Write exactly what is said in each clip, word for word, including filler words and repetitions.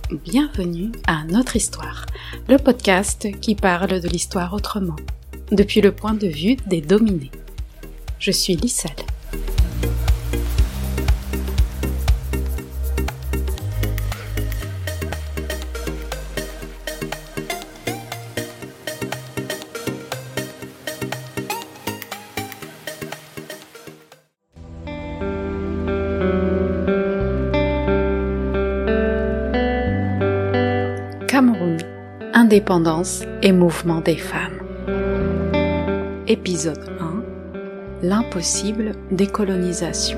Bienvenue à Notre Histoire, le podcast qui parle de l'histoire autrement, depuis le point de vue des dominés. Je suis Lisselle. Cameroun, indépendance et mouvement des femmes. Épisode un. L'impossible décolonisation.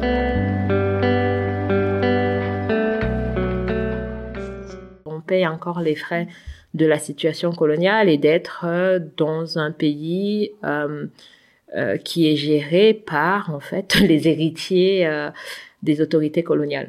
On paye encore les frais de la situation coloniale et d'être dans un pays euh, euh, qui est géré par en fait les héritiers euh, des autorités coloniales.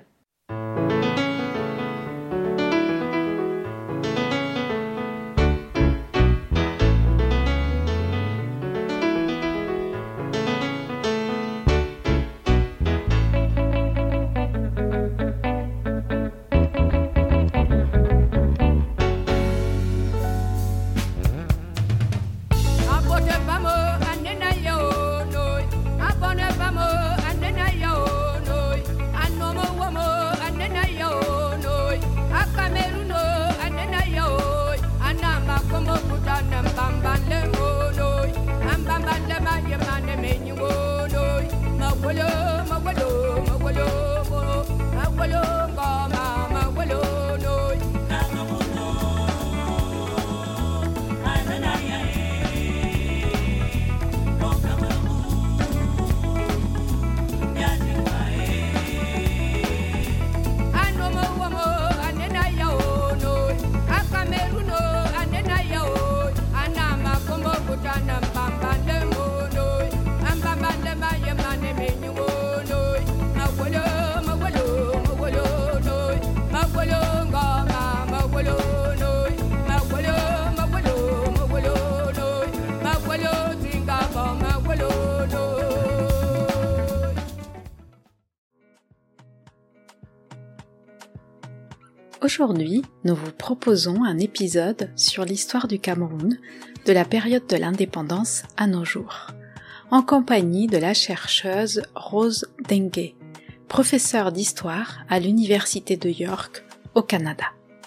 Aujourd'hui, nous vous proposons un épisode sur l'histoire du Cameroun, de la période de l'indépendance à nos jours, en compagnie de la chercheuse Rose Dengue, professeure d'histoire à l'Université de York, au Canada.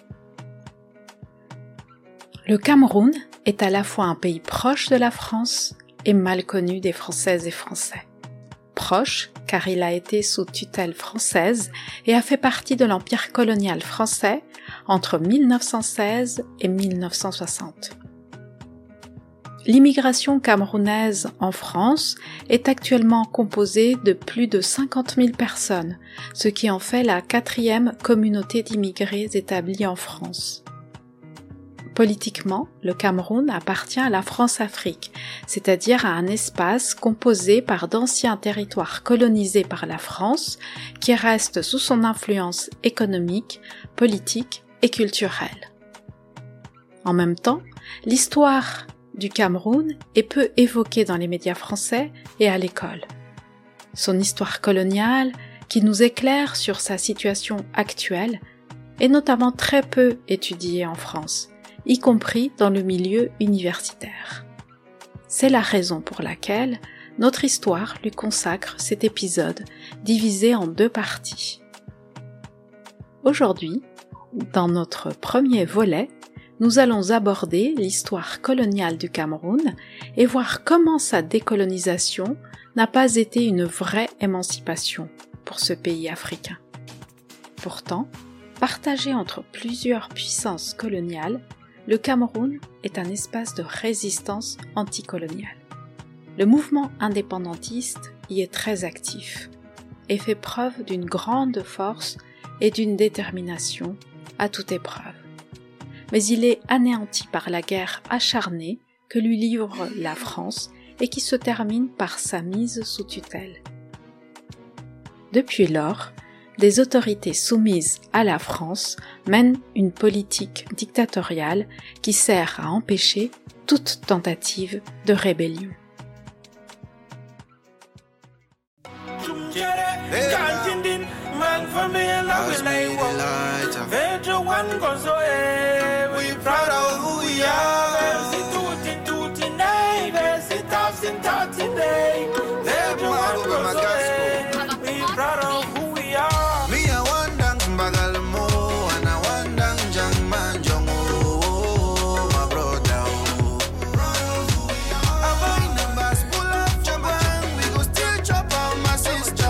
Le Cameroun est à la fois un pays proche de la France et mal connu des Françaises et Français. Proche, car il a été sous tutelle française et a fait partie de l'empire colonial français entre mille neuf cent seize et mille neuf cent soixante. L'immigration camerounaise en France est actuellement composée de plus de cinquante mille personnes, ce qui en fait la quatrième communauté d'immigrés établie en France. Politiquement, le Cameroun appartient à la France-Afrique, c'est-à-dire à un espace composé par d'anciens territoires colonisés par la France qui restent sous son influence économique, politique et culturelle. En même temps, l'histoire du Cameroun est peu évoquée dans les médias français et à l'école. Son histoire coloniale, qui nous éclaire sur sa situation actuelle, est notamment très peu étudiée en France, y compris dans le milieu universitaire. C'est la raison pour laquelle notre histoire lui consacre cet épisode divisé en deux parties. Aujourd'hui, dans notre premier volet, nous allons aborder l'histoire coloniale du Cameroun et voir comment sa décolonisation n'a pas été une vraie émancipation pour ce pays africain. Pourtant, partagé entre plusieurs puissances coloniales, le Cameroun est un espace de résistance anticoloniale. Le mouvement indépendantiste y est très actif et fait preuve d'une grande force et d'une détermination à toute épreuve. Mais il est anéanti par la guerre acharnée que lui livre la France et qui se termine par sa mise sous tutelle. Depuis lors, des autorités soumises à la France mènent une politique dictatoriale qui sert à empêcher toute tentative de rébellion. one goes away. We proud of who we are. Versi tutti, tutti nei, versi tafsi, tafsi nei. Versi one goes away. We proud of who we are. Me a wandang bagalmo, and a wandang jangman jongo, my brother. Proud of who we are. I find numbers pull up jabang, we go still chop out my sister.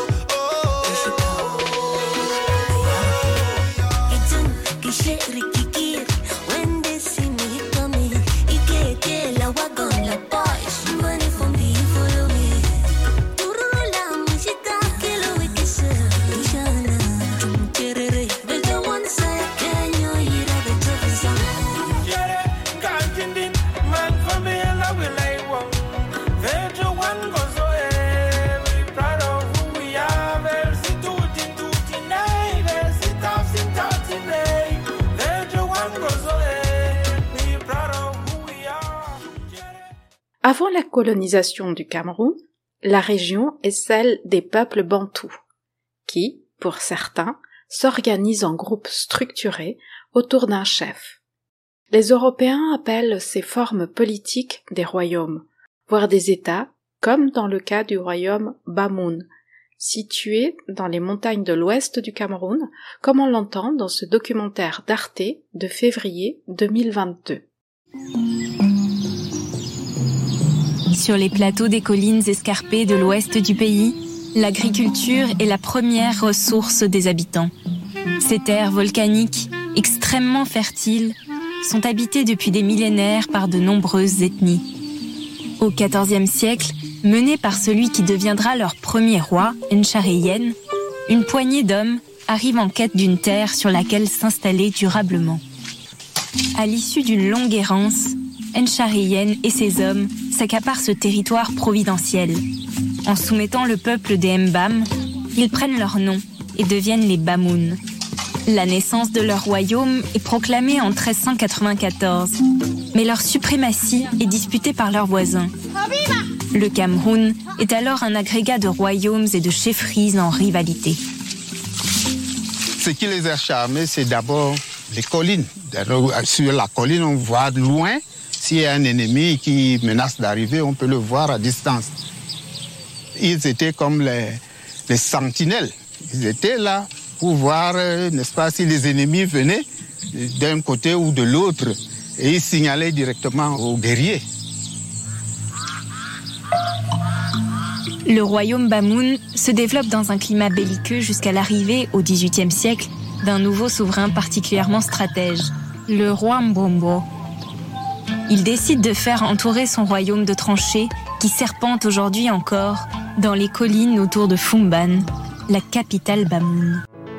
Avant la colonisation du Cameroun, la région est celle des peuples bantous, qui, pour certains, s'organisent en groupes structurés autour d'un chef. Les Européens appellent ces formes politiques des royaumes, voire des États, comme dans le cas du royaume Bamoun, situé dans les montagnes de l'ouest du Cameroun, comme on l'entend dans ce documentaire d'Arte de février deux mille vingt-deux. Sur les plateaux des collines escarpées de l'ouest du pays, l'agriculture est la première ressource des habitants. Ces terres volcaniques, extrêmement fertiles, sont habitées depuis des millénaires par de nombreuses ethnies. Au quatorzième siècle, menés par celui qui deviendra leur premier roi, Nchariyen, une poignée d'hommes arrive en quête d'une terre sur laquelle s'installer durablement. À l'issue d'une longue errance, Nchariyen et ses hommes s'accaparent ce territoire providentiel. En soumettant le peuple des Mbam, ils prennent leur nom et deviennent les Bamoun. La naissance de leur royaume est proclamée en treize cent quatre-vingt-quatorze, mais leur suprématie est disputée par leurs voisins. Le Cameroun est alors un agrégat de royaumes et de chefferies en rivalité. Ce qui les a charmés, c'est d'abord les collines. Sur la colline, on voit de loin. S'il y a un ennemi qui menace d'arriver, on peut le voir à distance. Ils étaient comme les, les sentinelles. Ils étaient là pour voir, n'est-ce pas, si les ennemis venaient d'un côté ou de l'autre. Et ils signalaient directement aux guerriers. Le royaume Bamoun se développe dans un climat belliqueux jusqu'à l'arrivée, au dix-huitième siècle, d'un nouveau souverain particulièrement stratège, le roi Mbombo. Il décide de faire entourer son royaume de tranchées qui serpentent aujourd'hui encore dans les collines autour de Fumban, la capitale Bamoun.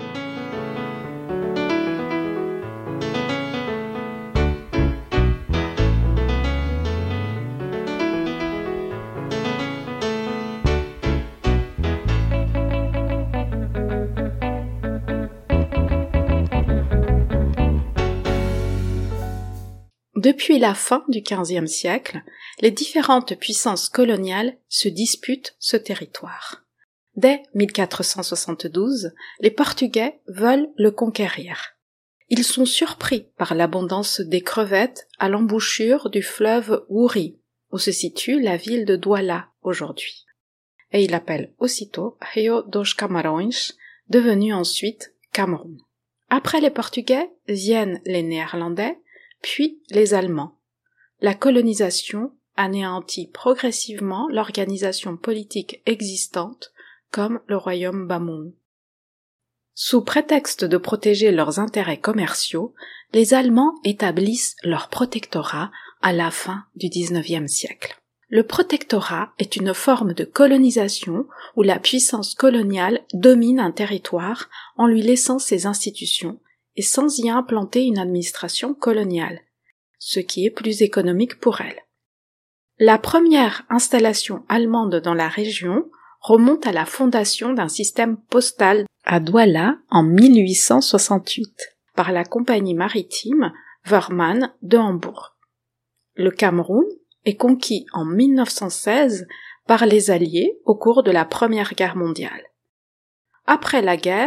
Depuis la fin du quinzième siècle, les différentes puissances coloniales se disputent ce territoire. Dès mille quatre cent soixante-douze, les Portugais veulent le conquérir. Ils sont surpris par l'abondance des crevettes à l'embouchure du fleuve Wouri, où se situe la ville de Douala aujourd'hui. Et ils l'appellent aussitôt Rio dos Camarões, devenu ensuite Cameroun. Après les Portugais viennent les Néerlandais, puis les Allemands. La colonisation anéantit progressivement l'organisation politique existante comme le royaume Bamoun. Sous prétexte de protéger leurs intérêts commerciaux, les Allemands établissent leur protectorat à la fin du dix-neuvième siècle. Le protectorat est une forme de colonisation où la puissance coloniale domine un territoire en lui laissant ses institutions et sans y implanter une administration coloniale, ce qui est plus économique pour elle. La première installation allemande dans la région remonte à la fondation d'un système postal à Douala en mille huit cent soixante-huit par la compagnie maritime Wörmann de Hambourg. Le Cameroun est conquis en mille neuf cent seize par les Alliés au cours de la Première Guerre mondiale. Après la guerre,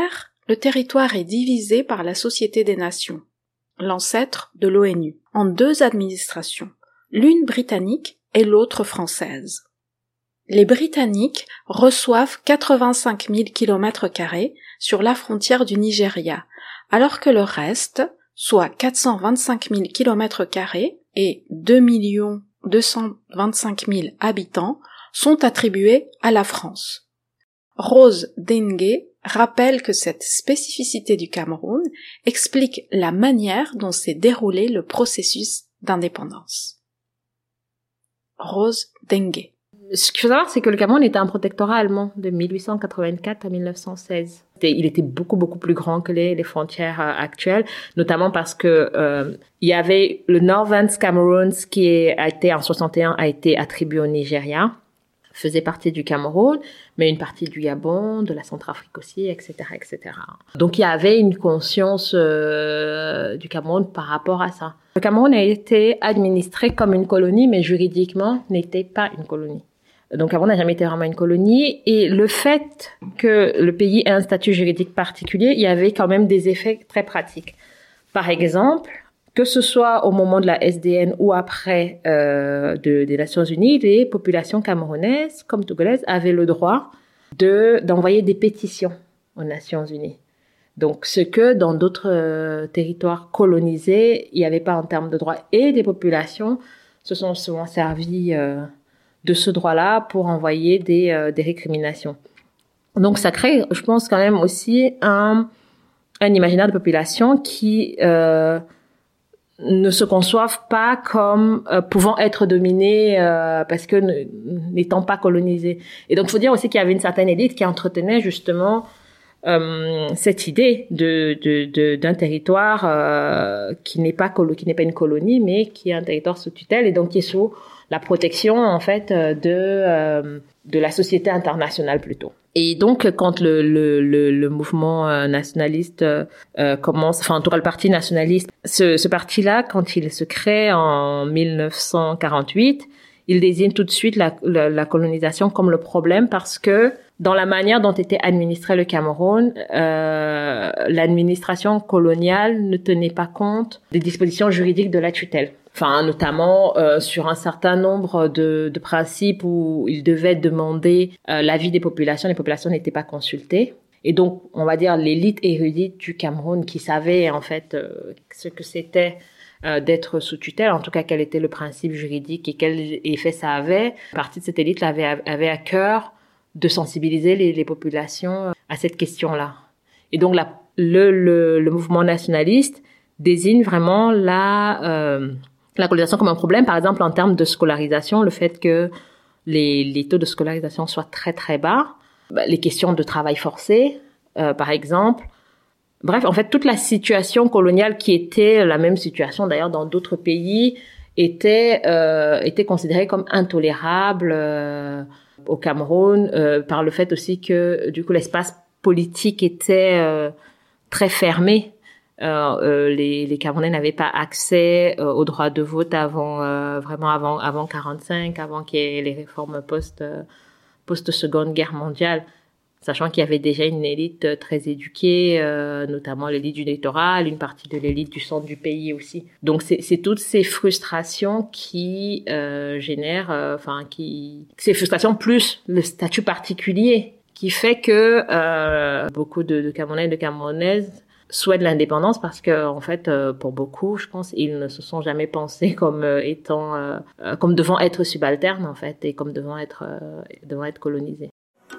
le territoire est divisé par la Société des Nations, l'ancêtre de l'ONU, en deux administrations, l'une britannique et l'autre française. Les Britanniques reçoivent quatre-vingt-cinq mille kilomètres carrés sur la frontière du Nigeria, alors que le reste, soit quatre cent vingt-cinq mille kilomètres carrés et deux millions deux cent vingt-cinq mille habitants, sont attribués à la France. Rose Dengue rappelle que cette spécificité du Cameroun explique la manière dont s'est déroulé le processus d'indépendance. Rose Dengue. Ce qu'il faut savoir, c'est que le Cameroun était un protectorat allemand de mille huit cent quatre-vingt-quatre à mille neuf cent seize. Il était beaucoup, beaucoup plus grand que les, les frontières euh, actuelles, notamment parce que euh, il y avait le Northern Cameroun qui est, a été, en soixante et un, a été attribué au Nigeria, faisait partie du Cameroun, mais une partie du Gabon, de la Centrafrique aussi, et cetera, et cetera. Donc, il y avait une conscience euh, du Cameroun par rapport à ça. Le Cameroun a été administré comme une colonie, mais juridiquement n'était pas une colonie. Donc, Cameroun n'a jamais été vraiment une colonie. Et le fait que le pays ait un statut juridique particulier, il y avait quand même des effets très pratiques. Par exemple, que ce soit au moment de la S D N ou après euh, de, des Nations Unies, les populations camerounaises comme togolaises avaient le droit de, d'envoyer des pétitions aux Nations Unies. Donc, ce que dans d'autres euh, territoires colonisés, il n'y avait pas en termes de droits. Et les populations se sont souvent servies euh, de ce droit-là pour envoyer des, euh, des récriminations. Donc, ça crée, je pense, quand même aussi un, un imaginaire de population qui euh, ne se conçoivent pas comme euh, pouvant être dominés euh, parce que n'étant pas colonisés. Et donc, il faut dire aussi qu'il y avait une certaine élite qui entretenait justement euh, cette idée de, de, de, d'un territoire euh, qui n'est pas colo- qui n'est pas une colonie, mais qui est un territoire sous tutelle et donc qui est sous la protection en fait de euh, de la société internationale plutôt. Et donc quand le le le, le mouvement nationaliste euh, commence, enfin en tout cas le parti nationaliste, ce ce parti-là quand il se crée en mille neuf cent quarante-huit, il désigne tout de suite la la, la colonisation comme le problème parce que dans la manière dont était administré le Cameroun, euh, l'administration coloniale ne tenait pas compte des dispositions juridiques de la tutelle. Enfin, notamment euh, sur un certain nombre de, de principes où il devait demander euh, l'avis des populations. Les populations n'étaient pas consultées. Et donc, on va dire l'élite érudite du Cameroun qui savait en fait euh, ce que c'était euh, d'être sous tutelle, en tout cas quel était le principe juridique et quel effet ça avait. Une partie de cette élite avait, avait à cœur de sensibiliser les, les populations à cette question-là. Et donc, la, le, le, le mouvement nationaliste désigne vraiment la... Euh, la colonisation comme un problème, par exemple, en termes de scolarisation, le fait que les, les taux de scolarisation soient très, très bas, les questions de travail forcé, euh, par exemple. Bref, en fait, toute la situation coloniale qui était la même situation, d'ailleurs, dans d'autres pays, était, euh, était considérée comme intolérable euh, au Cameroun, euh, par le fait aussi que, du coup, l'espace politique était euh, très fermé. Euh, euh, les, les Camerounais n'avaient pas accès euh, au droit de vote avant euh, vraiment avant avant quarante-cinq, avant qu'il y ait les réformes post euh, post Seconde Guerre mondiale, sachant qu'il y avait déjà une élite très éduquée, euh, notamment l'élite du littoral, une partie de l'élite du centre du pays aussi. Donc c'est c'est toutes ces frustrations qui euh, génèrent, enfin euh, qui ces frustrations plus le statut particulier qui fait que euh, beaucoup de, de Camerounais et de Camerounaises souhaitent l'indépendance parce que en fait euh, pour beaucoup je pense ils ne se sont jamais pensés comme euh, étant euh, euh, comme devant être subalternes en fait et comme devant être euh, devant être colonisés.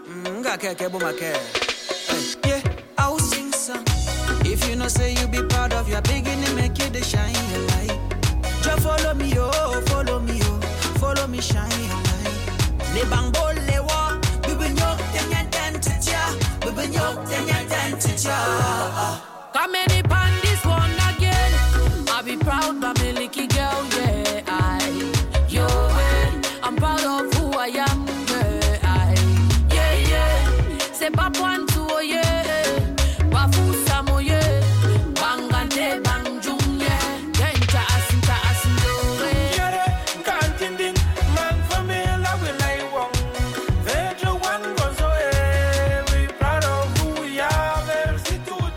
Come any pan this one again. I'll be proud by me licky girl, yeah. I, yo, yeah. I'm proud of who I am, yeah. I, yeah, yeah. C'est pas point tout, yeah. Pas fou samo, yeah. Bangante, bangjung, yeah. Genta asinta asindo, yeah. Can't man for me, love will I want. Vejo one goes away. We proud of who we are, very situ.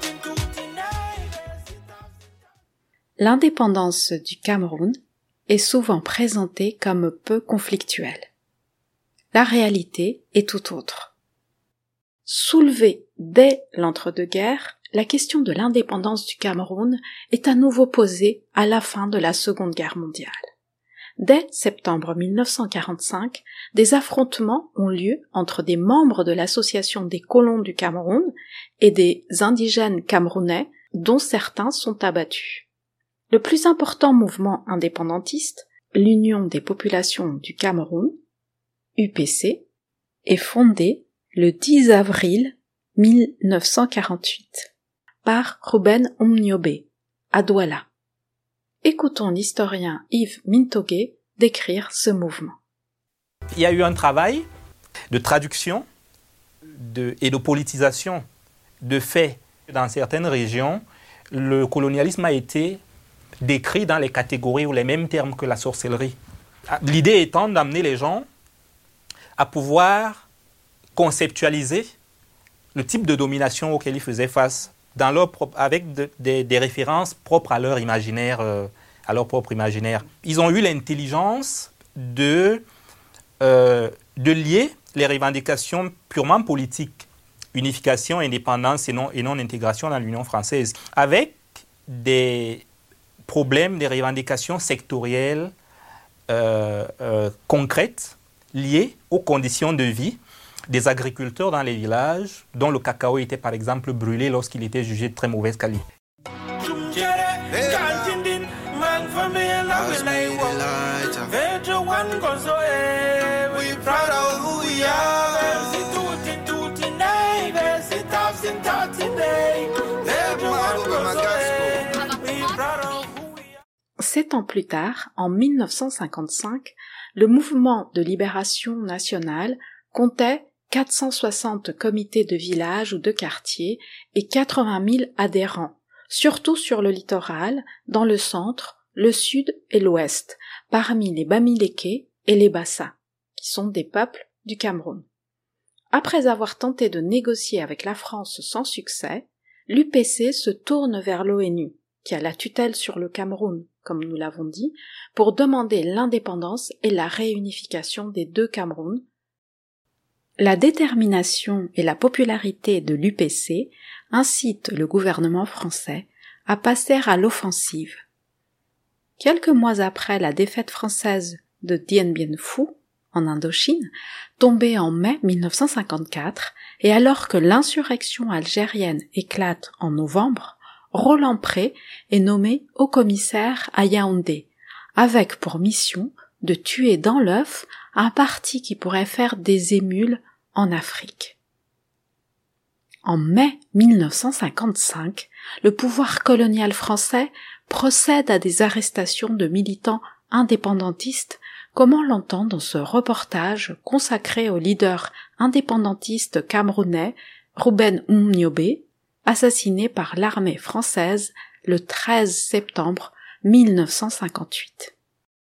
L'indépendance du Cameroun est souvent présentée comme peu conflictuelle. La réalité est tout autre. Soulevée dès l'entre-deux-guerres, la question de l'indépendance du Cameroun est à nouveau posée à la fin de la Seconde Guerre mondiale. Dès septembre mille neuf cent quarante-cinq, des affrontements ont lieu entre des membres de l'Association des colons du Cameroun et des indigènes camerounais, dont certains sont abattus. Le plus important mouvement indépendantiste, l'Union des populations du Cameroun, U P C, est fondé le dix avril mille neuf cent quarante-huit par Ruben Umniobe, à Douala. Écoutons l'historien Yves Mintogué décrire ce mouvement. Il y a eu un travail de traduction de, et de politisation de faits. Dans certaines régions, le colonialisme a été décrit dans les catégories ou les mêmes termes que la sorcellerie. L'idée étant d'amener les gens à pouvoir conceptualiser le type de domination auquel ils faisaient face dans leur propre, avec de, de, des références propres à leur imaginaire, euh, à leur propre imaginaire. Ils ont eu l'intelligence de, euh, de lier les revendications purement politiques, unification, indépendance et non, et non intégration dans l'Union française, avec des problèmes, des revendications sectorielles euh, euh, concrètes liées aux conditions de vie des agriculteurs dans les villages, dont le cacao était par exemple brûlé lorsqu'il était jugé de très mauvaise qualité. Sept ans plus tard, en mille neuf cent cinquante-cinq, le mouvement de libération nationale comptait quatre cent soixante comités de village ou de quartier et quatre-vingt mille adhérents, surtout sur le littoral, dans le centre, le sud et l'ouest, parmi les Bamileke et les Bassa, qui sont des peuples du Cameroun. Après avoir tenté de négocier avec la France sans succès, l'U P C se tourne vers l'ONU, qui a la tutelle sur le Cameroun, comme nous l'avons dit, pour demander l'indépendance et la réunification des deux Camerouns. La détermination et la popularité de l'U P C incitent le gouvernement français à passer à l'offensive. Quelques mois après la défaite française de Dien Bien Phu, en Indochine, tombée en mai mille neuf cent cinquante-quatre, et alors que l'insurrection algérienne éclate en novembre, Roland Pré est nommé haut-commissaire à Yaoundé, avec pour mission de tuer dans l'œuf un parti qui pourrait faire des émules en Afrique. En mai mille neuf cent cinquante-cinq, le pouvoir colonial français procède à des arrestations de militants indépendantistes, comme on l'entend dans ce reportage consacré au leader indépendantiste camerounais Ruben Umniobe, assassiné par l'armée française le treize septembre mille neuf cent cinquante-huit.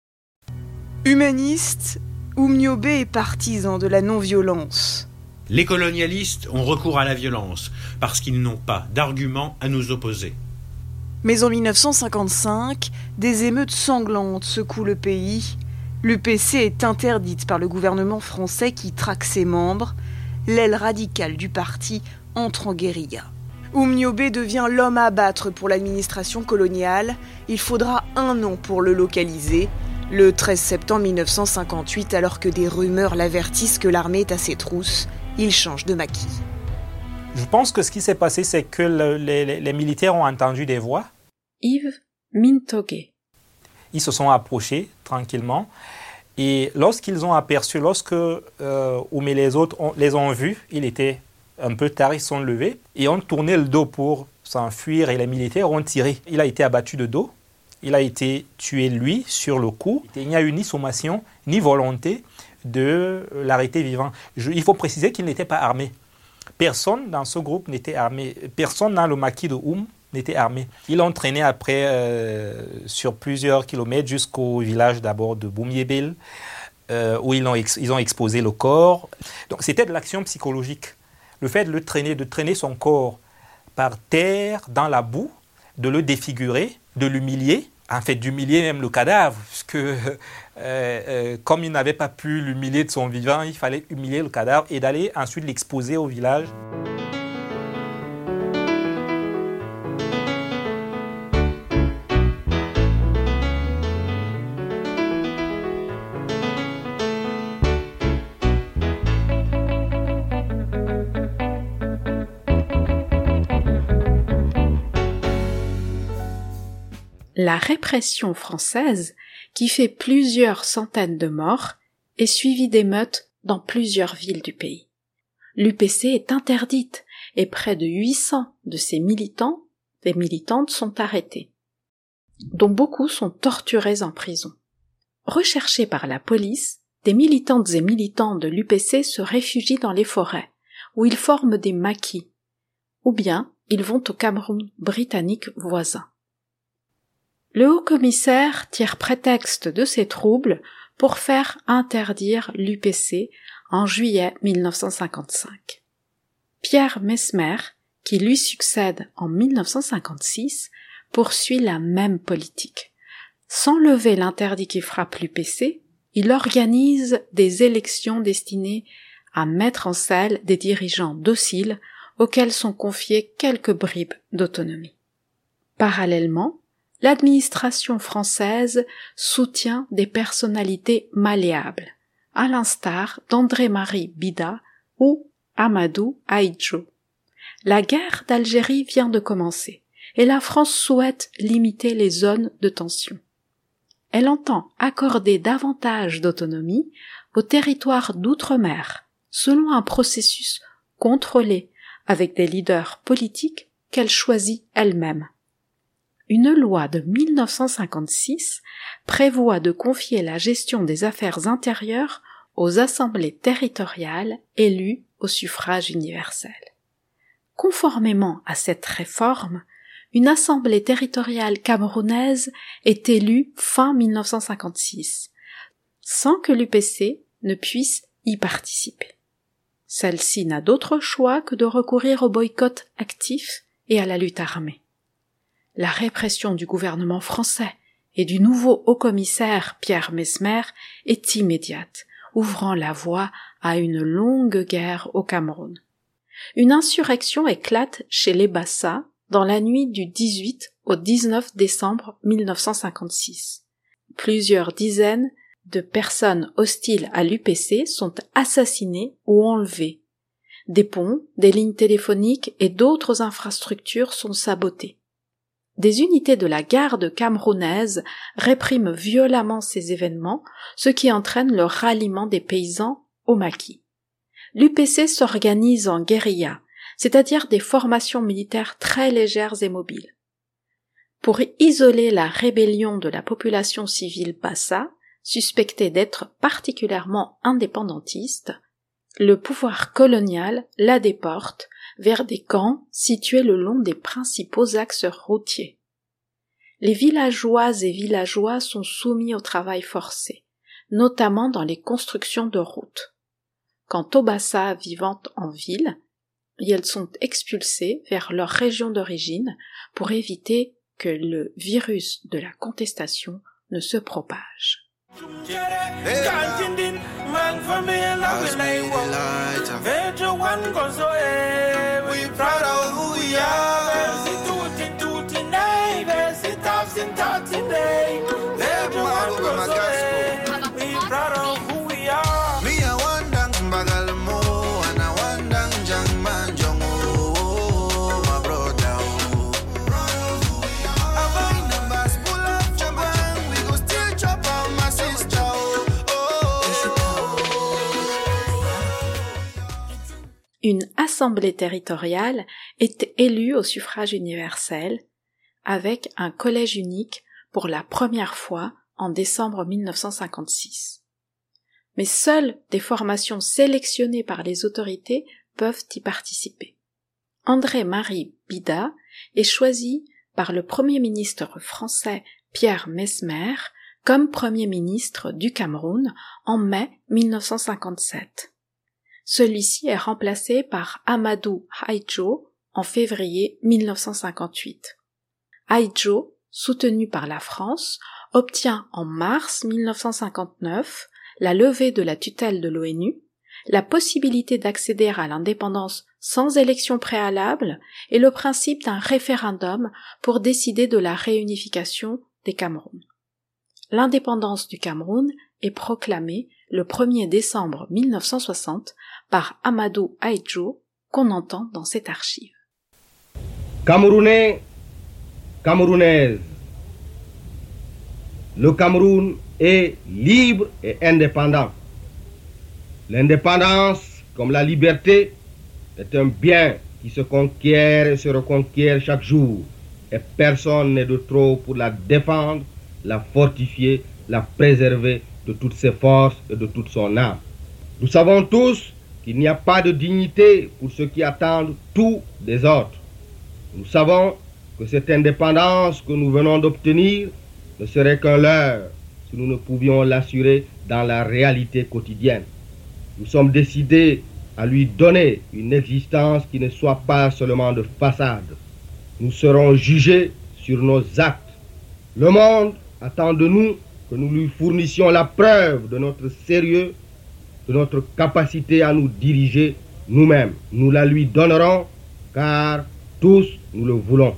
Humaniste, Umniobe est partisan de la non-violence. Les colonialistes ont recours à la violence parce qu'ils n'ont pas d'arguments à nous opposer. Mais en mille neuf cent cinquante-cinq, des émeutes sanglantes secouent le pays. L'U P C est interdite par le gouvernement français qui traque ses membres. L'aile radicale du parti entre en guérilla. Umniobe devient l'homme à abattre pour l'administration coloniale. Il faudra un an pour le localiser. Le treize septembre mille neuf cent cinquante-huit, alors que des rumeurs l'avertissent que l'armée est à ses trousses, il change de maquis. Je pense que ce qui s'est passé, c'est que le, les, les militaires ont entendu des voix. Yves Mintogué. Ils se sont approchés tranquillement. Et lorsqu'ils ont aperçu, lorsque euh, Oum et les autres ont, les ont vus, il était un peu tard, ils sont levés et ont tourné le dos pour s'enfuir et les militaires ont tiré. Il a été abattu de dos, il a été tué lui sur le coup. Il n'y a eu ni sommation ni volonté de l'arrêter vivant. Je, il faut préciser qu'il n'était pas armé. Personne dans ce groupe n'était armé. Personne dans le maquis de Oum n'était armé. Ils l'ont traîné après euh, sur plusieurs kilomètres jusqu'au village d'abord de Boumiébel, euh, où ils ont, ex- ils ont exposé le corps. Donc c'était de l'action psychologique. Le fait de le traîner, de traîner son corps par terre, dans la boue, de le défigurer, de l'humilier, en fait d'humilier même le cadavre, puisque euh, euh, comme il n'avait pas pu l'humilier de son vivant, il fallait humilier le cadavre et d'aller ensuite l'exposer au village. La répression française, qui fait plusieurs centaines de morts, est suivie d'émeutes dans plusieurs villes du pays. L'U P C est interdite et près de huit cents de ses militants et militantes sont arrêtés, dont beaucoup sont torturés en prison. Recherchés par la police, des militantes et militants de l'U P C se réfugient dans les forêts, où ils forment des maquis, ou bien ils vont au Cameroun britannique voisin. Le haut-commissaire tire prétexte de ces troubles pour faire interdire l'U P C en juillet mille neuf cent cinquante-cinq. Pierre Messmer, qui lui succède en mille neuf cent cinquante-six, poursuit la même politique. Sans lever l'interdit qui frappe l'U P C, il organise des élections destinées à mettre en selle des dirigeants dociles auxquels sont confiées quelques bribes d'autonomie. Parallèlement, l'administration française soutient des personnalités malléables, à l'instar d'André-Marie Bida ou Amadou Ahidjo. La guerre d'Algérie vient de commencer, et la France souhaite limiter les zones de tension. Elle entend accorder davantage d'autonomie aux territoires d'outre-mer, selon un processus contrôlé, avec des leaders politiques qu'elle choisit elle-même. Une loi de mille neuf cent cinquante-six prévoit de confier la gestion des affaires intérieures aux assemblées territoriales élues au suffrage universel. Conformément à cette réforme, une assemblée territoriale camerounaise est élue fin mille neuf cent cinquante-six, sans que l'U P C ne puisse y participer. Celle-ci n'a d'autre choix que de recourir au boycott actif et à la lutte armée. La répression du gouvernement français et du nouveau haut-commissaire Pierre Messmer est immédiate, ouvrant la voie à une longue guerre au Cameroun. Une insurrection éclate chez les Bassa dans la nuit du dix-huit au dix-neuf décembre mille neuf cent cinquante-six. Plusieurs dizaines de personnes hostiles à l'U P C sont assassinées ou enlevées. Des ponts, des lignes téléphoniques et d'autres infrastructures sont sabotées. Des unités de la garde camerounaise répriment violemment ces événements, ce qui entraîne le ralliement des paysans au maquis. L'U P C s'organise en guérilla, c'est-à-dire des formations militaires très légères et mobiles. Pour isoler la rébellion de la population civile bassa, suspectée d'être particulièrement indépendantiste, le pouvoir colonial la déporte vers des camps situés le long des principaux axes routiers. Les villageoises et villageois sont soumis au travail forcé, notamment dans les constructions de routes. Quant aux Bassa vivant en ville, elles sont expulsées vers leur région d'origine pour éviter que le virus de la contestation ne se propage. Une assemblée territoriale est élue au suffrage universel avec un collège unique pour la première fois en décembre mille neuf cent cinquante-six. Mais seules des formations sélectionnées par les autorités peuvent y participer. André-Marie Bida est choisi par le Premier ministre français Pierre Messmer comme Premier ministre du Cameroun en mai mille neuf cent cinquante-sept. Celui-ci est remplacé par Amadou Ahidjo en février mille neuf cent cinquante-huit. Ahidjo, soutenu par la France, obtient en mars mille neuf cent cinquante-neuf la levée de la tutelle de l'ONU, la possibilité d'accéder à l'indépendance sans élection préalable et le principe d'un référendum pour décider de la réunification des Cameroun. L'indépendance du Cameroun est proclamée le premier décembre mille neuf cent soixante par Amadou Ahidjo, qu'on entend dans cette archive. Camerounais, Camerounaises, le Cameroun est libre et indépendant. L'indépendance, comme la liberté, est un bien qui se conquiert et se reconquiert chaque jour, et personne n'est de trop pour la défendre, la fortifier, la préserver de toutes ses forces et de toute son âme. Nous savons tous qu'il n'y a pas de dignité pour ceux qui attendent tout des autres. Nous savons que cette indépendance que nous venons d'obtenir ne serait qu'un leurre si nous ne pouvions l'assurer dans la réalité quotidienne. Nous sommes décidés à lui donner une existence qui ne soit pas seulement de façade. Nous serons jugés sur nos actes. Le monde attend de nous que nous lui fournissions la preuve de notre sérieux, de notre capacité à nous diriger nous-mêmes. Nous la lui donnerons car tous nous le voulons.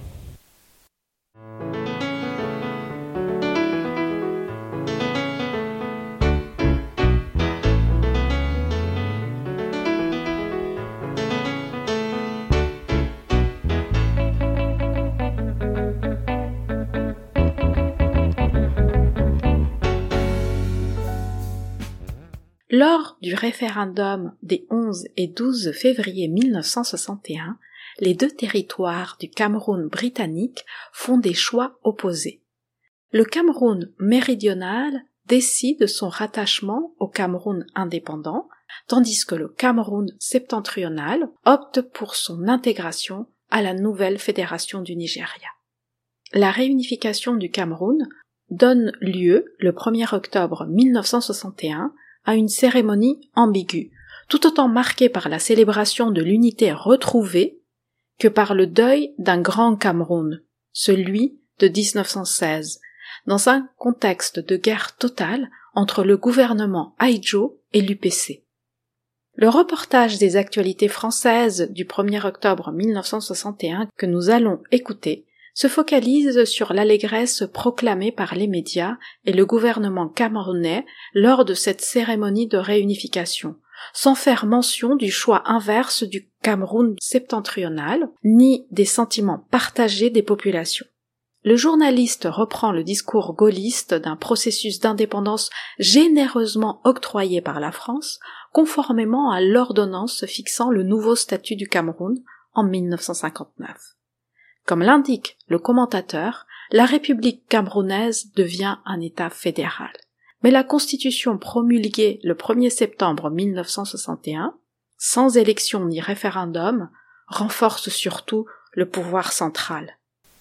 Lors du référendum des onze et douze février mille neuf cent soixante et un, les deux territoires du Cameroun britannique font des choix opposés. Le Cameroun méridional décide son rattachement au Cameroun indépendant, tandis que le Cameroun septentrional opte pour son intégration à la nouvelle fédération du Nigeria. La réunification du Cameroun donne lieu, le premier octobre mille neuf cent soixante et un, à une cérémonie ambiguë, tout autant marquée par la célébration de l'unité retrouvée que par le deuil d'un grand Cameroun, celui de dix-neuf cent seize, dans un contexte de guerre totale entre le gouvernement Ahidjo et l'U P C. Le reportage des actualités françaises du premier octobre mille neuf cent soixante et un que nous allons écouter se focalise sur l'allégresse proclamée par les médias et le gouvernement camerounais lors de cette cérémonie de réunification, sans faire mention du choix inverse du Cameroun septentrional, ni des sentiments partagés des populations. Le journaliste reprend le discours gaulliste d'un processus d'indépendance généreusement octroyé par la France, conformément à l'ordonnance fixant le nouveau statut du Cameroun en mille neuf cent cinquante-neuf. Comme l'indique le commentateur, la République camerounaise devient un État fédéral. Mais la Constitution promulguée le premier septembre mille neuf cent soixante et un, sans élection ni référendum, renforce surtout le pouvoir central.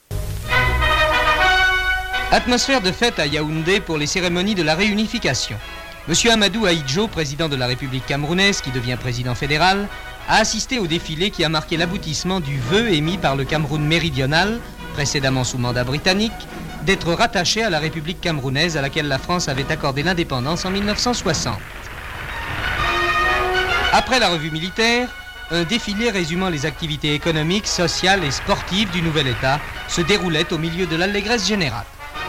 Atmosphère de fête à Yaoundé pour les cérémonies de la réunification. Monsieur Amadou Ahidjo, président de la République camerounaise qui devient président fédéral, a assisté au défilé qui a marqué l'aboutissement du vœu émis par le Cameroun méridional, précédemment sous mandat britannique, d'être rattaché à la République camerounaise à laquelle la France avait accordé l'indépendance en mille neuf cent soixante. Après la revue militaire, un défilé résumant les activités économiques, sociales et sportives du nouvel État se déroulait au milieu de l'allégresse générale.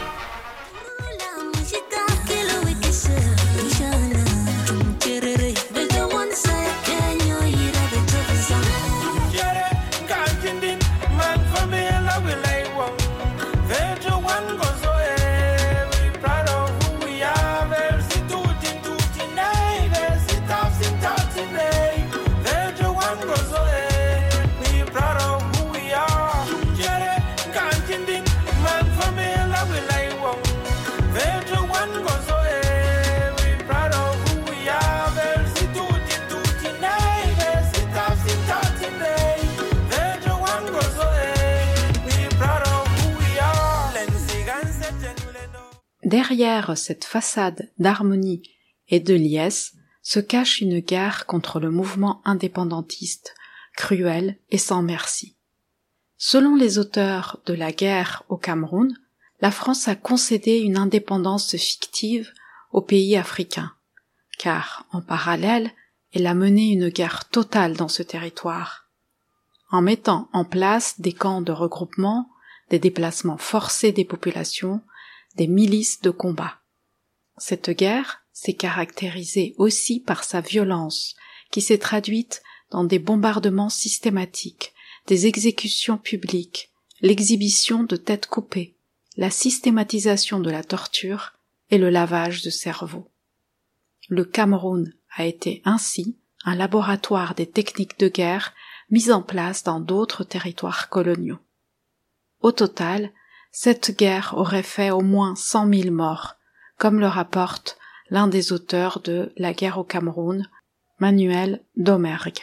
Derrière cette façade d'harmonie et de liesse se cache une guerre contre le mouvement indépendantiste, cruel et sans merci. Selon les auteurs de la guerre au Cameroun, la France a concédé une indépendance fictive aux pays africains, car, en parallèle, elle a mené une guerre totale dans ce territoire, en mettant en place des camps de regroupement, des déplacements forcés des populations, des milices de combat. Cette guerre s'est caractérisée aussi par sa violence, qui s'est traduite dans des bombardements systématiques, des exécutions publiques, l'exhibition de têtes coupées, la systématisation de la torture et le lavage de cerveau. Le Cameroun a été ainsi un laboratoire des techniques de guerre mises en place dans d'autres territoires coloniaux. Au total, cette guerre aurait fait au moins cent mille morts, comme le rapporte l'un des auteurs de La guerre au Cameroun, Manuel Domergue.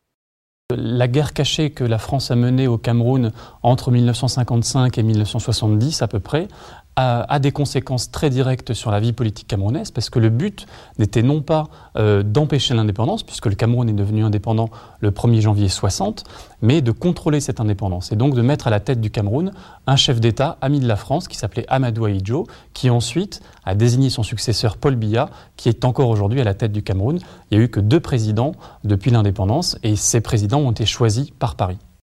La guerre cachée que la France a menée au Cameroun entre mille neuf cent cinquante-cinq et mille neuf cent soixante-dix à peu près a, a des conséquences très directes sur la vie politique camerounaise, parce que le but n'était non pas euh, d'empêcher l'indépendance, puisque le Cameroun est devenu indépendant le premier janvier soixante, mais de contrôler cette indépendance, et donc de mettre à la tête du Cameroun un chef d'État ami de la France qui s'appelait Amadou Ahidjo, qui ensuite a désigné son successeur Paul Biya, qui est encore aujourd'hui à la tête du Cameroun. Il n'y a eu que deux présidents depuis l'indépendance, et ces présidents ont été choisis par Paris.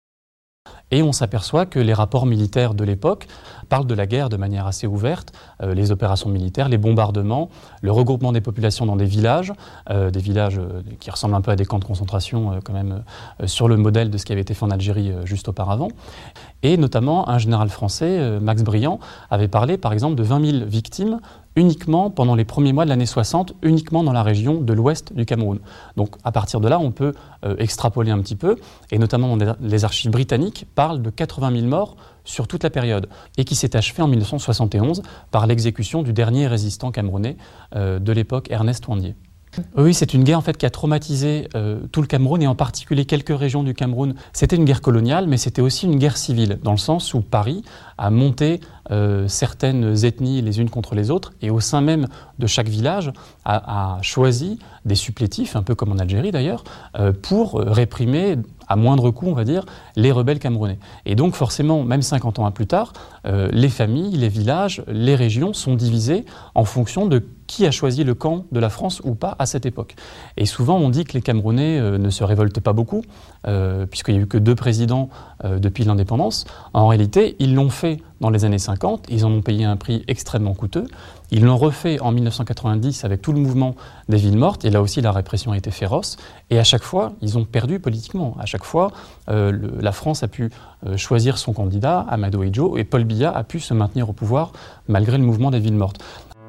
Et on s'aperçoit que les rapports militaires de l'époque parlent de la guerre de manière assez ouverte, euh, les opérations militaires, les bombardements, le regroupement des populations dans des villages, euh, des villages euh, qui ressemblent un peu à des camps de concentration euh, quand même, euh, sur le modèle de ce qui avait été fait en Algérie euh, juste auparavant. Et notamment, un général français, euh, Max Briand, avait parlé par exemple de vingt mille victimes uniquement pendant les premiers mois de l'année soixante, uniquement dans la région de l'ouest du Cameroun. Donc à partir de là, on peut euh, extrapoler un petit peu, et notamment les archives britanniques parlent de quatre-vingt mille morts sur toute la période, et qui s'est achevée en mille neuf cent soixante et onze par l'exécution du dernier résistant camerounais euh, de l'époque, Ernest Ouandié. Oui, c'est une guerre en fait qui a traumatisé euh, tout le Cameroun, et en particulier quelques régions du Cameroun. C'était une guerre coloniale, mais c'était aussi une guerre civile, dans le sens où Paris a monté euh, certaines ethnies les unes contre les autres, et au sein même de chaque village a, a choisi des supplétifs, un peu comme en Algérie d'ailleurs, euh, pour réprimer à moindre coût, on va dire, les rebelles camerounais. Et donc forcément, même cinquante ans plus tard, euh, les familles, les villages, les régions sont divisées en fonction de qui a choisi le camp de la France ou pas à cette époque. Et souvent, on dit que les Camerounais euh, ne se révoltent pas beaucoup, euh, puisqu'il n'y a eu que deux présidents euh, depuis l'indépendance. En réalité, ils l'ont fait dans les années cinquante, ils en ont payé un prix extrêmement coûteux. Ils l'ont refait en mille neuf cent quatre-vingt-dix avec tout le mouvement des villes mortes, et là aussi la répression a été féroce, et à chaque fois, ils ont perdu politiquement. À chaque fois, euh, le, la France a pu euh, choisir son candidat, Amadou Ahidjo, et Paul Biya a pu se maintenir au pouvoir malgré le mouvement des villes mortes.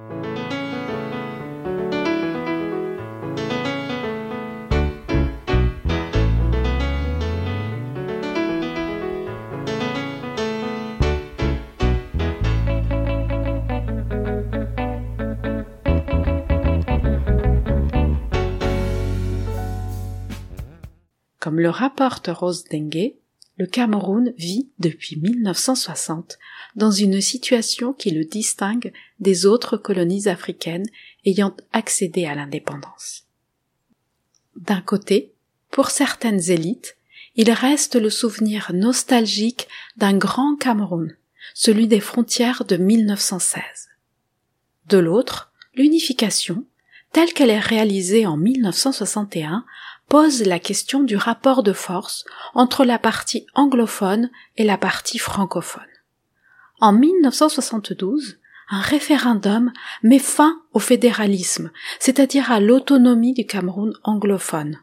Comme le rapporte Rose Dengue, le Cameroun vit depuis mille neuf cent soixante dans une situation qui le distingue des autres colonies africaines ayant accédé à l'indépendance. D'un côté, pour certaines élites, il reste le souvenir nostalgique d'un grand Cameroun, celui des frontières de mille neuf cent seize. De l'autre, l'unification, telle qu'elle est réalisée en mille neuf cent soixante et un, pose la question du rapport de force entre la partie anglophone et la partie francophone. En mille neuf cent soixante-douze, un référendum met fin au fédéralisme, c'est-à-dire à l'autonomie du Cameroun anglophone.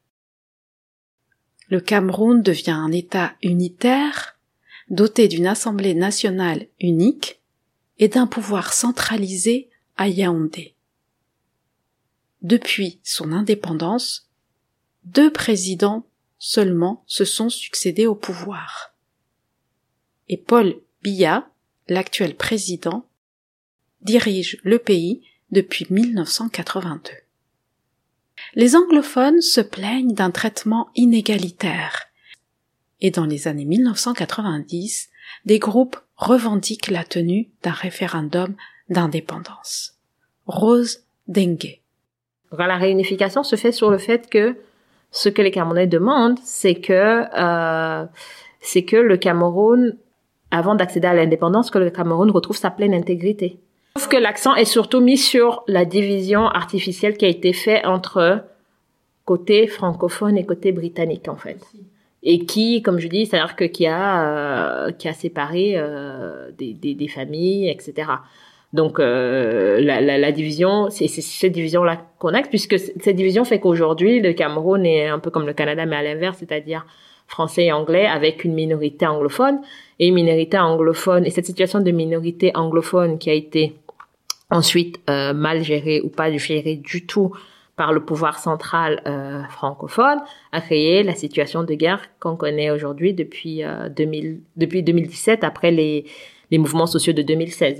Le Cameroun devient un État unitaire, doté d'une Assemblée nationale unique et d'un pouvoir centralisé à Yaoundé. Depuis son indépendance, deux présidents seulement se sont succédés au pouvoir. Et Paul Biya, l'actuel président, dirige le pays depuis mille neuf cent quatre-vingt-deux. Les anglophones se plaignent d'un traitement inégalitaire, et dans les années mille neuf cent quatre-vingt-dix, des groupes revendiquent la tenue d'un référendum d'indépendance. Rose Dengue. La réunification se fait sur le fait que ce que les Camerounais demandent, c'est que euh, c'est que le Cameroun, avant d'accéder à l'indépendance, que le Cameroun retrouve sa pleine intégrité. Sauf que l'accent est surtout mis sur la division artificielle qui a été faite entre côté francophone et côté britannique, en fait. Et qui, comme je dis, c'est-à-dire que qui a euh, qui a séparé euh, des, des des familles, et cetera. Donc euh, la, la la division, c'est c'est cette division-là qu'on a, puisque cette division fait qu'aujourd'hui le Cameroun est un peu comme le Canada, mais à l'inverse, c'est-à-dire français et anglais, avec une minorité anglophone et une minorité anglophone. Et cette situation de minorité anglophone qui a été ensuite euh, mal gérée ou pas gérée du tout par le pouvoir central euh, francophone, a créé la situation de guerre qu'on connaît aujourd'hui depuis euh, deux mille, depuis deux mille dix-sept, après les, les mouvements sociaux de deux mille seize.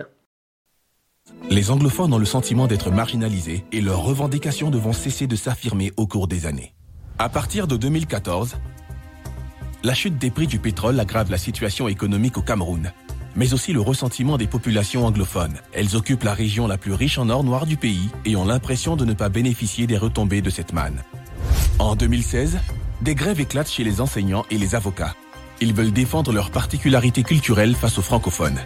Les anglophones ont le sentiment d'être marginalisés et leurs revendications devront cesser de s'affirmer au cours des années. À partir de deux mille quatorze, la chute des prix du pétrole aggrave la situation économique au Cameroun, mais aussi le ressentiment des populations anglophones. Elles occupent la région la plus riche en or noir du pays et ont l'impression de ne pas bénéficier des retombées de cette manne. En deux mille seize, des grèves éclatent chez les enseignants et les avocats. Ils veulent défendre leurs particularités culturelles face aux francophones.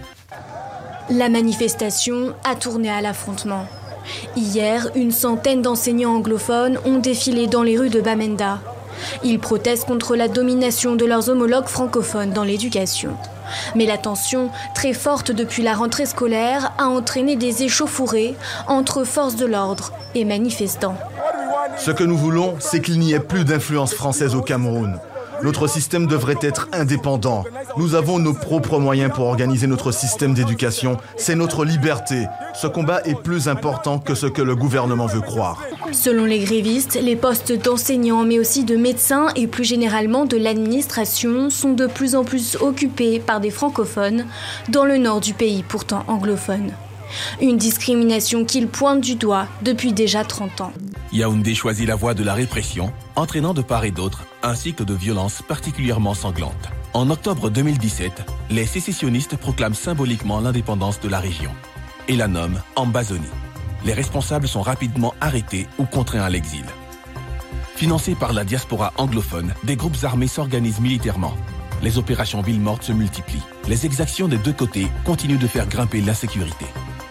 La manifestation a tourné à l'affrontement. Hier, une centaine d'enseignants anglophones ont défilé dans les rues de Bamenda. Ils protestent contre la domination de leurs homologues francophones dans l'éducation. Mais la tension, très forte depuis la rentrée scolaire, a entraîné des échauffourées entre forces de l'ordre et manifestants. Ce que nous voulons, c'est qu'il n'y ait plus d'influence française au Cameroun. Notre système devrait être indépendant. Nous avons nos propres moyens pour organiser notre système d'éducation. C'est notre liberté. Ce combat est plus important que ce que le gouvernement veut croire. Selon les grévistes, les postes d'enseignants, mais aussi de médecins et plus généralement de l'administration sont de plus en plus occupés par des francophones dans le nord du pays pourtant anglophone. Une discrimination qu'ils pointent du doigt depuis déjà trente ans. Yaoundé choisit la voie de la répression, entraînant de part et d'autre un cycle de violence particulièrement sanglante. En octobre deux mille dix-sept, les sécessionnistes proclament symboliquement l'indépendance de la région et la nomment Ambazonie. Les responsables sont rapidement arrêtés ou contraints à l'exil. Financés par la diaspora anglophone, des groupes armés s'organisent militairement. Les opérations villes mortes se multiplient. Les exactions des deux côtés continuent de faire grimper l'insécurité.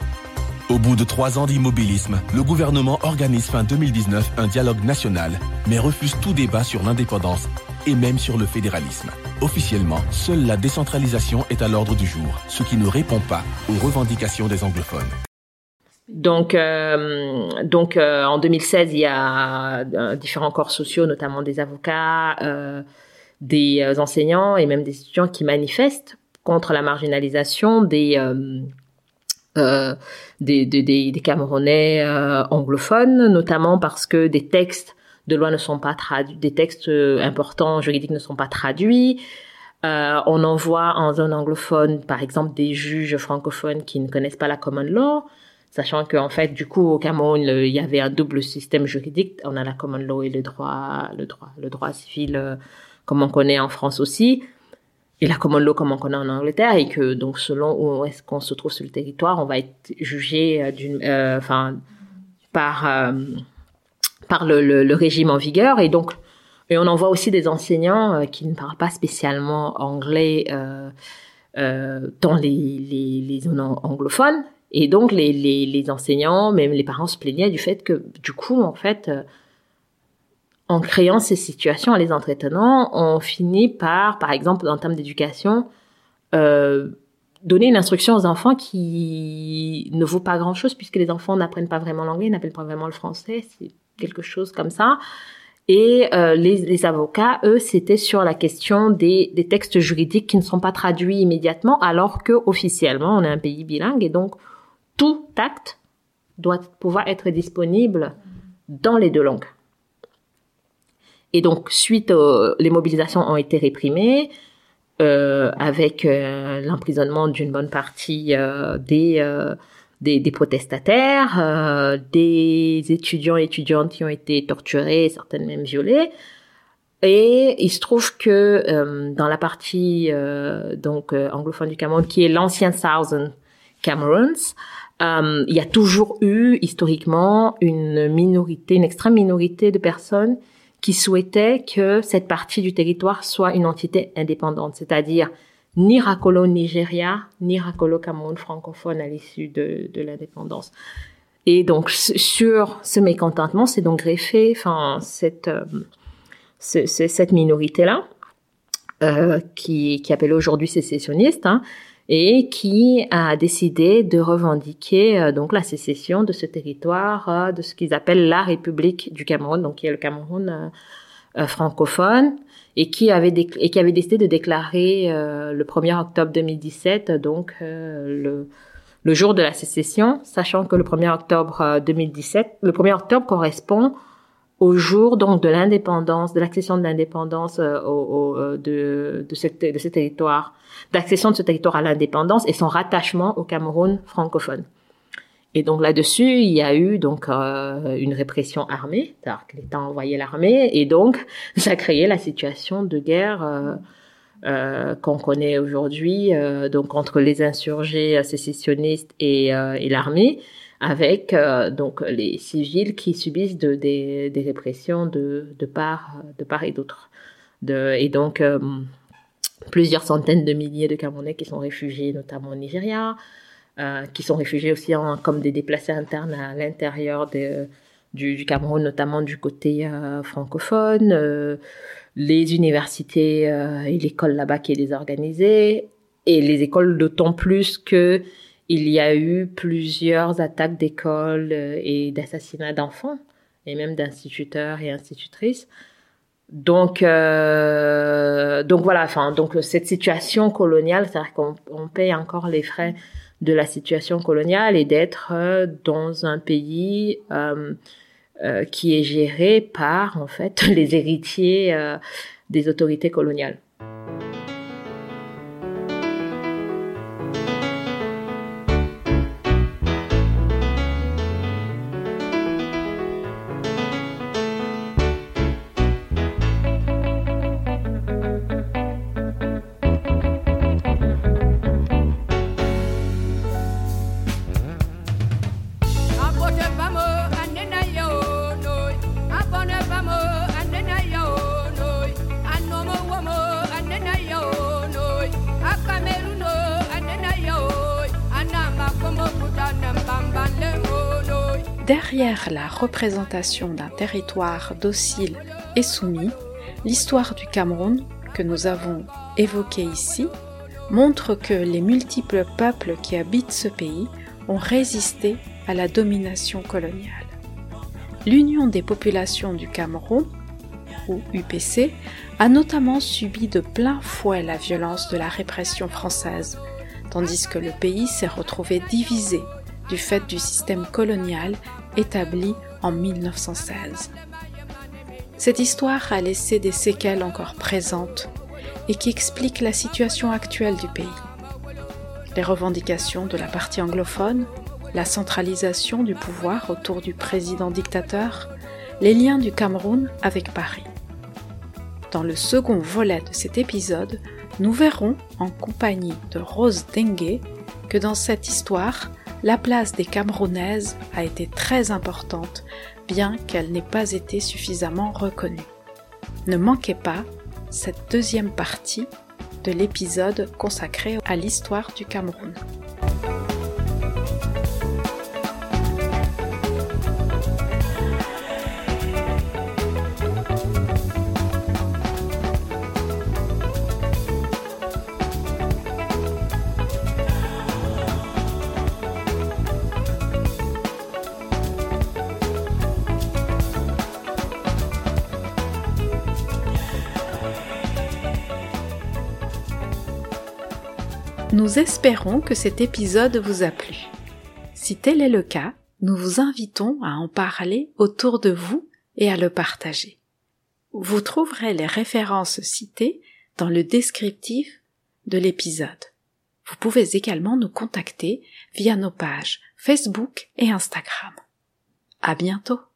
Au bout de trois ans d'immobilisme, le gouvernement organise fin deux mille dix-neuf un dialogue national, mais refuse tout débat sur l'indépendance et même sur le fédéralisme. Officiellement, seule la décentralisation est à l'ordre du jour, ce qui ne répond pas aux revendications des anglophones. Donc, euh, donc euh, en deux mille seize, il y a euh, différents corps sociaux, notamment des avocats, euh, des euh, enseignants et même des étudiants qui manifestent contre la marginalisation des euh, euh, des, des, des, des Camerounais euh, anglophones, notamment parce que des textes de loi ne sont pas traduits, des textes importants juridiques ne sont pas traduits. Euh, on envoie en zone anglophone, par exemple, des juges francophones qui ne connaissent pas la common law, sachant qu'en fait, du coup, au Cameroun, le, il y avait un double système juridique. On a la common law et le droit, le droit, le droit civil, euh, comme on connaît en France aussi, et la common law comme on connaît en Angleterre, et que donc selon où est-ce qu'on se trouve sur le territoire, on va être jugé euh, d'une, euh, enfin, par euh, par le, le, le régime en vigueur, et donc et on en voit aussi des enseignants euh, qui ne parlent pas spécialement anglais euh, euh, dans les, les, les zones anglophones. Et donc, les, les, les enseignants, même les parents se plaignaient du fait que, du coup, en fait, euh, en créant ces situations, en les entretenant, on finit par, par exemple, en termes d'éducation, euh, donner une instruction aux enfants qui ne vaut pas grand-chose, puisque les enfants n'apprennent pas vraiment l'anglais, n'apprennent pas vraiment le français, c'est quelque chose comme ça. Et euh, les, les avocats, eux, c'était sur la question des, des textes juridiques qui ne sont pas traduits immédiatement, alors que officiellement, on est un pays bilingue, et donc tout acte doit pouvoir être disponible dans les deux langues. Et donc, suite aux, les mobilisations ont été réprimées, euh, avec euh, l'emprisonnement d'une bonne partie euh, des, euh, des des protestataires, euh, des étudiants et étudiantes qui ont été torturés, certaines même violées. Et il se trouve que euh, dans la partie euh, donc euh, anglophone du Cameroun, qui est l'ancien Southern Cameroons, euh, il y a toujours eu historiquement une minorité, une extrême minorité de personnes qui souhaitait que cette partie du territoire soit une entité indépendante, c'est-à-dire ni racolo Nigeria, ni racolo Cameroun francophone à l'issue de, de l'indépendance. Et donc, sur ce mécontentement, c'est donc greffé, enfin, cette, euh, ce, ce, cette minorité-là, euh, qui, qui appelle aujourd'hui sécessionniste, hein, et qui a décidé de revendiquer euh, donc la sécession de ce territoire, euh, de ce qu'ils appellent la République du Cameroun, donc qui est le Cameroun euh, euh, francophone, et qui avait décl- et qui avait décidé de déclarer euh, le premier octobre deux mille dix-sept, donc euh, le le jour de la sécession, sachant que le premier octobre deux mille dix-sept, le premier octobre correspond au jour donc de l'indépendance, de l'accession de l'indépendance euh, au, au, de, de, ce, de ce territoire, d'accession de ce territoire à l'indépendance et son rattachement au Cameroun francophone. Et donc là-dessus, il y a eu donc euh, une répression armée, c'est-à-dire que l'État a envoyé l'armée, et donc ça a créé la situation de guerre euh, euh, qu'on connaît aujourd'hui, euh, donc entre les insurgés sécessionnistes et, euh, et l'armée, avec euh, donc les civils qui subissent de, des, des répressions de, de part de part et d'autre. De, et donc euh, plusieurs centaines de milliers de Camerounais qui sont réfugiés, notamment au Nigeria, euh, qui sont réfugiés aussi en, comme des déplacés internes à l'intérieur de, du, du Cameroun, notamment du côté euh, francophone, euh, les universités euh, et l'école là-bas qui est désorganisée, et les écoles d'autant plus que il y a eu plusieurs attaques d'écoles et d'assassinats d'enfants, et même d'instituteurs et institutrices. Donc, euh, donc voilà, enfin, donc cette situation coloniale, c'est-à-dire qu'on on paye encore les frais de la situation coloniale et d'être dans un pays euh, euh, qui est géré par, en fait, les héritiers euh, des autorités coloniales. Derrière la représentation d'un territoire docile et soumis, l'histoire du Cameroun, que nous avons évoquée ici, montre que les multiples peuples qui habitent ce pays ont résisté à la domination coloniale. L'Union des populations du Cameroun, ou U P C, a notamment subi de plein fouet la violence de la répression française, tandis que le pays s'est retrouvé divisé du fait du système colonial établi en mille neuf cent seize. Cette histoire a laissé des séquelles encore présentes et qui expliquent la situation actuelle du pays. Les revendications de la partie anglophone, la centralisation du pouvoir autour du président dictateur, les liens du Cameroun avec Paris. Dans le second volet de cet épisode, nous verrons, en compagnie de Rose Dengue, que dans cette histoire, la place des Camerounaises a été très importante, bien qu'elle n'ait pas été suffisamment reconnue. Ne manquez pas cette deuxième partie de l'épisode consacré à l'histoire du Cameroun. Nous espérons que cet épisode vous a plu. Si tel est le cas, nous vous invitons à en parler autour de vous et à le partager. Vous trouverez les références citées dans le descriptif de l'épisode. Vous pouvez également nous contacter via nos pages Facebook et Instagram. À bientôt!